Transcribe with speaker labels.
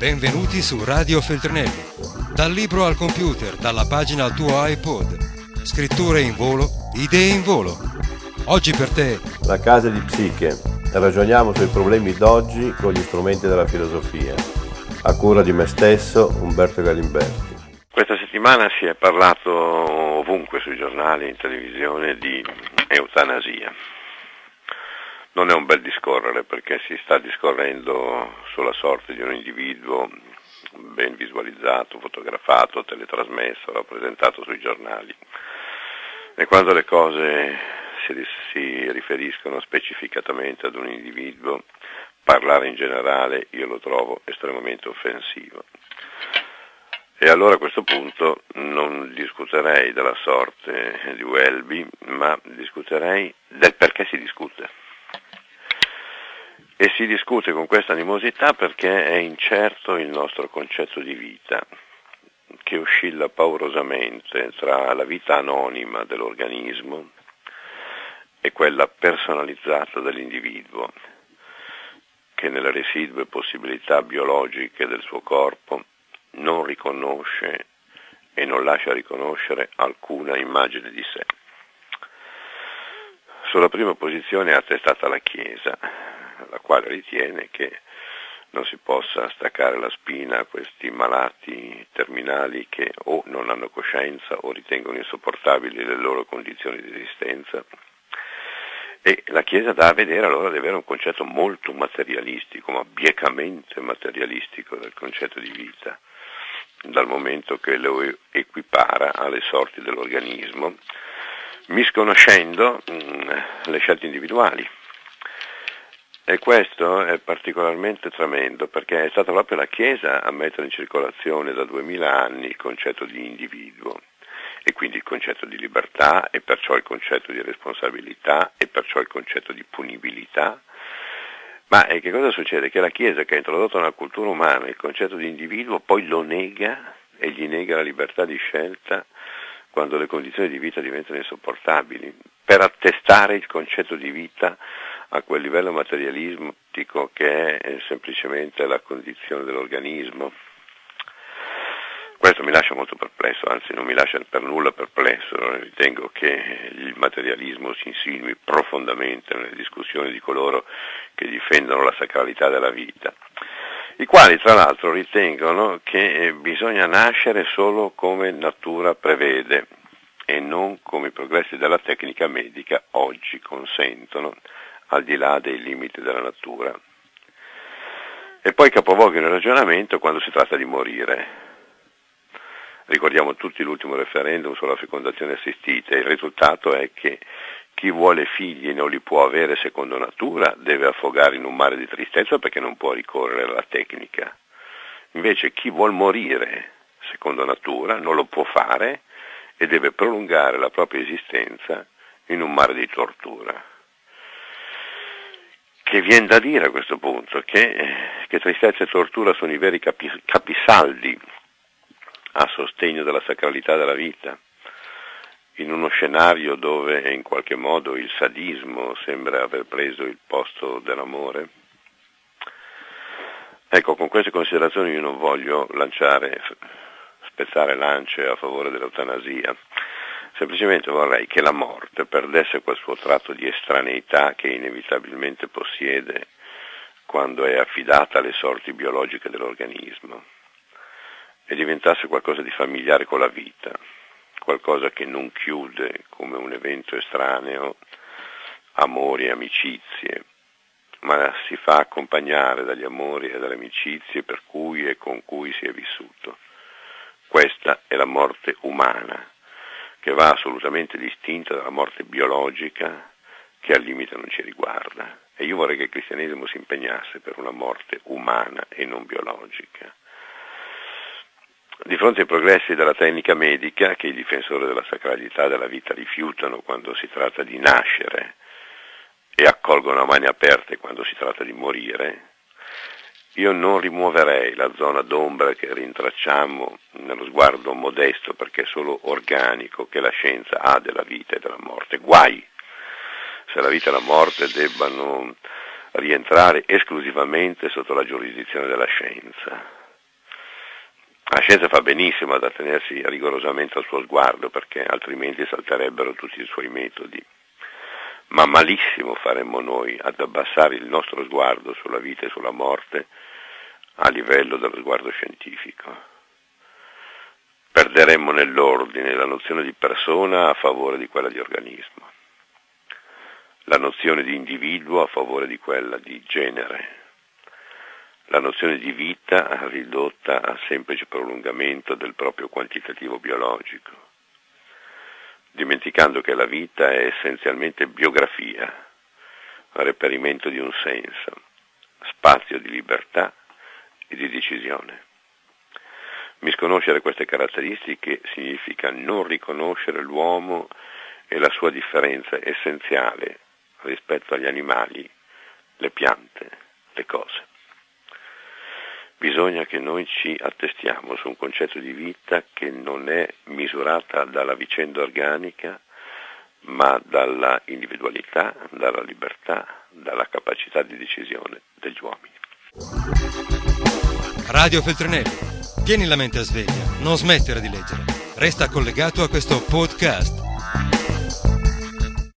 Speaker 1: Benvenuti su Radio Feltrinelli. Dal libro al computer, dalla pagina al tuo iPod. Scritture in volo, idee in volo. Oggi per te
Speaker 2: La casa di Psiche. Ragioniamo sui problemi d'oggi con gli strumenti della filosofia. A cura di me stesso, Umberto Galimberti.
Speaker 3: Questa settimana si è parlato ovunque sui giornali, in televisione, di eutanasia. Non è un bel discorrere perché si sta discorrendo sulla sorte di un individuo ben visualizzato, fotografato, teletrasmesso, rappresentato sui giornali. E quando le cose si riferiscono specificatamente ad un individuo, parlare in generale io lo trovo estremamente offensivo. E allora a questo punto non discuterei della sorte di Welby, ma discuterei del perché si discute. E si discute con questa animosità perché è incerto il nostro concetto di vita, che oscilla paurosamente tra la vita anonima dell'organismo e quella personalizzata dell'individuo, che nelle residue possibilità biologiche del suo corpo non riconosce e non lascia riconoscere alcuna immagine di sé. Sulla prima posizione è attestata la Chiesa, la quale ritiene che non si possa staccare la spina a questi malati terminali che o non hanno coscienza o ritengono insopportabili le loro condizioni di esistenza. E la Chiesa dà a vedere allora di avere un concetto molto materialistico, ma biecamente materialistico del concetto di vita, dal momento che lo equipara alle sorti dell'organismo, misconoscendo le scelte individuali. E questo è particolarmente tremendo perché è stata proprio la Chiesa a mettere in circolazione da 2000 anni il concetto di individuo e quindi il concetto di libertà e perciò il concetto di responsabilità e perciò il concetto di punibilità. Ma che cosa succede? Che la Chiesa, che ha introdotto nella cultura umana il concetto di individuo, poi lo nega e gli nega la libertà di scelta quando le condizioni di vita diventano insopportabili, per attestare il concetto di vita a quel livello materialistico che è semplicemente la condizione dell'organismo. Questo mi lascia molto perplesso, anzi non mi lascia per nulla perplesso, ritengo che il materialismo si insinui profondamente nelle discussioni di coloro che difendono la sacralità della vita, i quali tra l'altro ritengono che bisogna nascere solo come natura prevede e non come i progressi della tecnica medica oggi consentono, al di là dei limiti della natura. E poi capovolgono il ragionamento quando si tratta di morire. Ricordiamo tutti l'ultimo referendum sulla fecondazione assistita, il risultato è che chi vuole figli e non li può avere secondo natura deve affogare in un mare di tristezza perché non può ricorrere alla tecnica. Invece chi vuol morire secondo natura non lo può fare e deve prolungare la propria esistenza in un mare di tortura. Che viene da dire a questo punto che tristezza e tortura sono i veri capisaldi a sostegno della sacralità della vita, in uno scenario dove in qualche modo il sadismo sembra aver preso il posto dell'amore. Ecco, con queste considerazioni io non voglio spezzare lance a favore dell'eutanasia, semplicemente vorrei che la morte perdesse quel suo tratto di estraneità che inevitabilmente possiede quando è affidata alle sorti biologiche dell'organismo e diventasse qualcosa di familiare con la vita, qualcosa che non chiude come un evento estraneo amori e amicizie, ma si fa accompagnare dagli amori e dalle amicizie per cui e con cui si è vissuto. Questa è la morte umana, che va assolutamente distinta dalla morte biologica che al limite non ci riguarda. E io vorrei che il cristianesimo si impegnasse per una morte umana e non biologica. Di fronte ai progressi della tecnica medica, che i difensori della sacralità della vita rifiutano quando si tratta di nascere e accolgono a mani aperte quando si tratta di morire, io non rimuoverei la zona d'ombra che rintracciamo nello sguardo modesto, perché è solo organico, che la scienza ha della vita e della morte. Guai se la vita e la morte debbano rientrare esclusivamente sotto la giurisdizione della scienza. La scienza fa benissimo ad attenersi rigorosamente al suo sguardo, perché altrimenti salterebbero tutti i suoi metodi. Ma malissimo faremmo noi ad abbassare il nostro sguardo sulla vita e sulla morte a livello dello sguardo scientifico. Perderemmo nell'ordine la nozione di persona a favore di quella di organismo, la nozione di individuo a favore di quella di genere, la nozione di vita ridotta a semplice prolungamento del proprio quantitativo biologico, dimenticando che la vita è essenzialmente biografia, reperimento di un senso, spazio di libertà e di decisione. Misconoscere queste caratteristiche significa non riconoscere l'uomo e la sua differenza essenziale rispetto agli animali, le piante, le cose. Bisogna che noi ci attestiamo su un concetto di vita che non è misurata dalla vicenda organica, ma dalla individualità, dalla libertà, dalla capacità di decisione degli uomini.
Speaker 1: Radio Feltrinelli. Tieni la mente a sveglia, non smettere di leggere. Resta collegato a questo podcast.